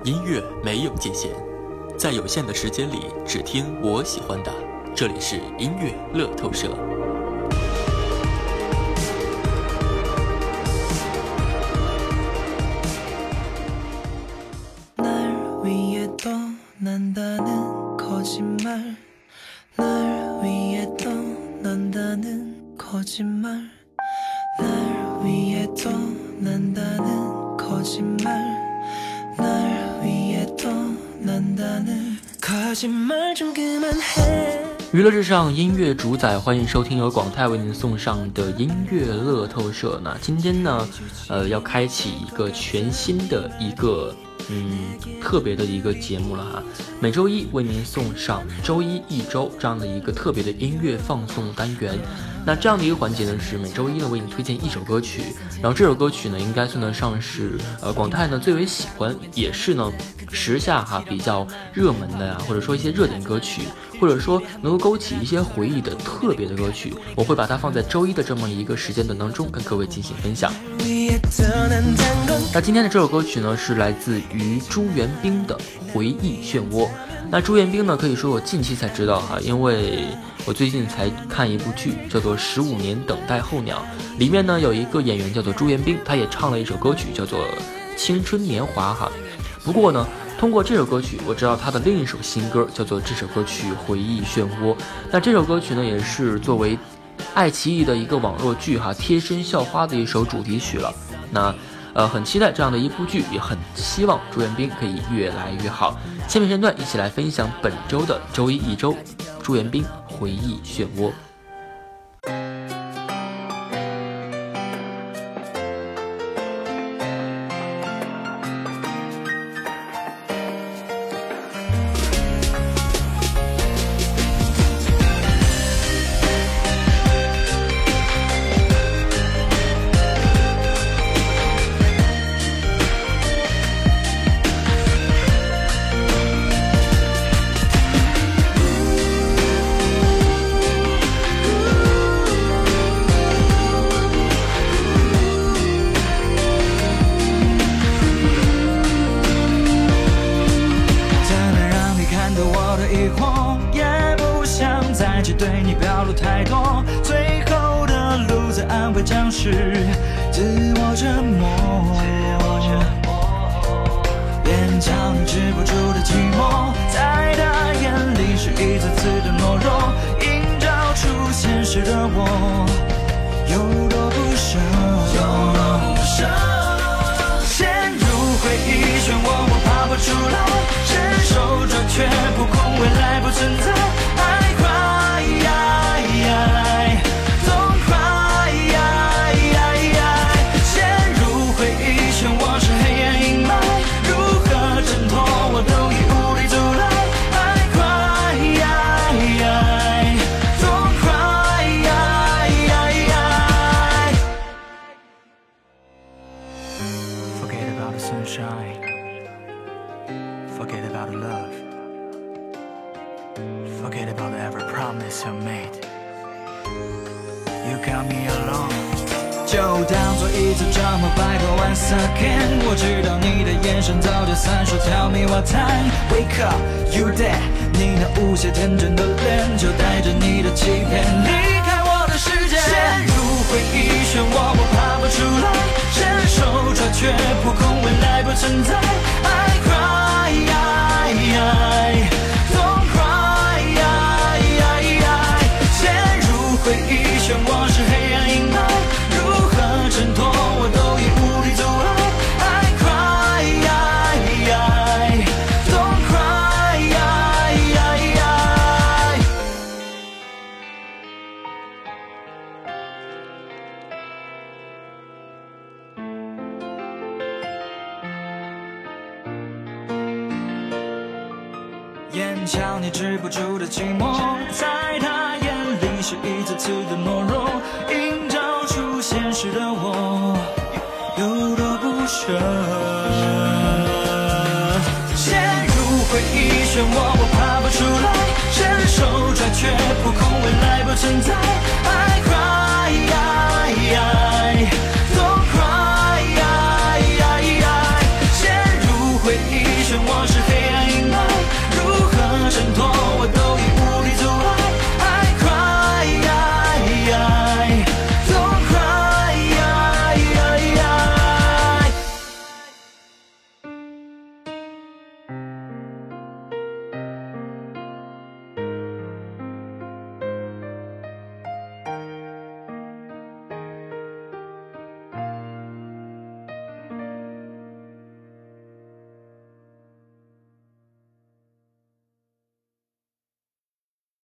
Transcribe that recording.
音乐没有界限，在有限的时间里只听我喜欢的。这里是音乐乐透社。娱乐至上，音乐主宰，欢迎收听由广泰为您送上的音乐乐透社。那今天呢，要开启一个全新的一个特别的一个节目了哈。每周一为您送上周一一周这样的一个特别的音乐放送单元。那这样的一个环节呢，是每周一呢为你推荐一首歌曲，然后这首歌曲呢应该算得上是广泰呢最为喜欢，也是呢时下比较热门的呀，或者说一些热点歌曲，或者说能够勾起一些回忆的特别的歌曲，我会把它放在周一的这么一个时间段当中跟各位进行分享。那今天的这首歌曲呢是来自于朱元彬的回忆漩涡。那朱元彬呢可以说我近期才知道因为我最近才看一部剧叫做《15年等待候鸟》，里面呢有一个演员叫做朱元彬，他也唱了一首歌曲叫做《青春年华》不过呢通过这首歌曲我知道他的另一首新歌叫做这首歌曲《回忆漩涡》。那这首歌曲呢也是作为爱奇艺的一个网络剧贴身校花的一首主题曲了。那很期待这样的一部剧，也很希望朱元彬可以越来越好。下面片段一起来分享本周的周一一周朱元彬回忆漩涡。 对你表露太多，最后的路在安慰将士自我折磨，眼角你止不住的寂寞，在他眼里是一次次的懦弱，映照出现实的我有多不舍，陷入回忆漩涡，我爬不出来，伸手抓却不空，未来不存在，爱快don't cry， 陷入回忆漩涡是黑暗阴霾，如何挣脱我都已无力阻拦，爱快don't cry， Forget about the sunshine, forget about the love, forget about every promise you made，You got me alone， 就当作一次折磨，拜托 once again。我知道你的眼神早就闪烁 ，Tell me what time。Wake up, you dead。你那无邪天真的脸，就带着你的欺骗离开我的世界。陷入回忆漩涡，我爬不出来，伸手抓却扑空，未来不存在。I cry, don't cry， 陷入回忆漩涡是黑暗阴霾，如何挣脱我都已无力阻拦。I cry, don't cry， 眼角你止不住的寂寞，在他眼里是一次次的懦弱，映照出现实的我有多不舍。陷入回忆漩涡，我爬不出来，伸手抓却扑空，未来不存在。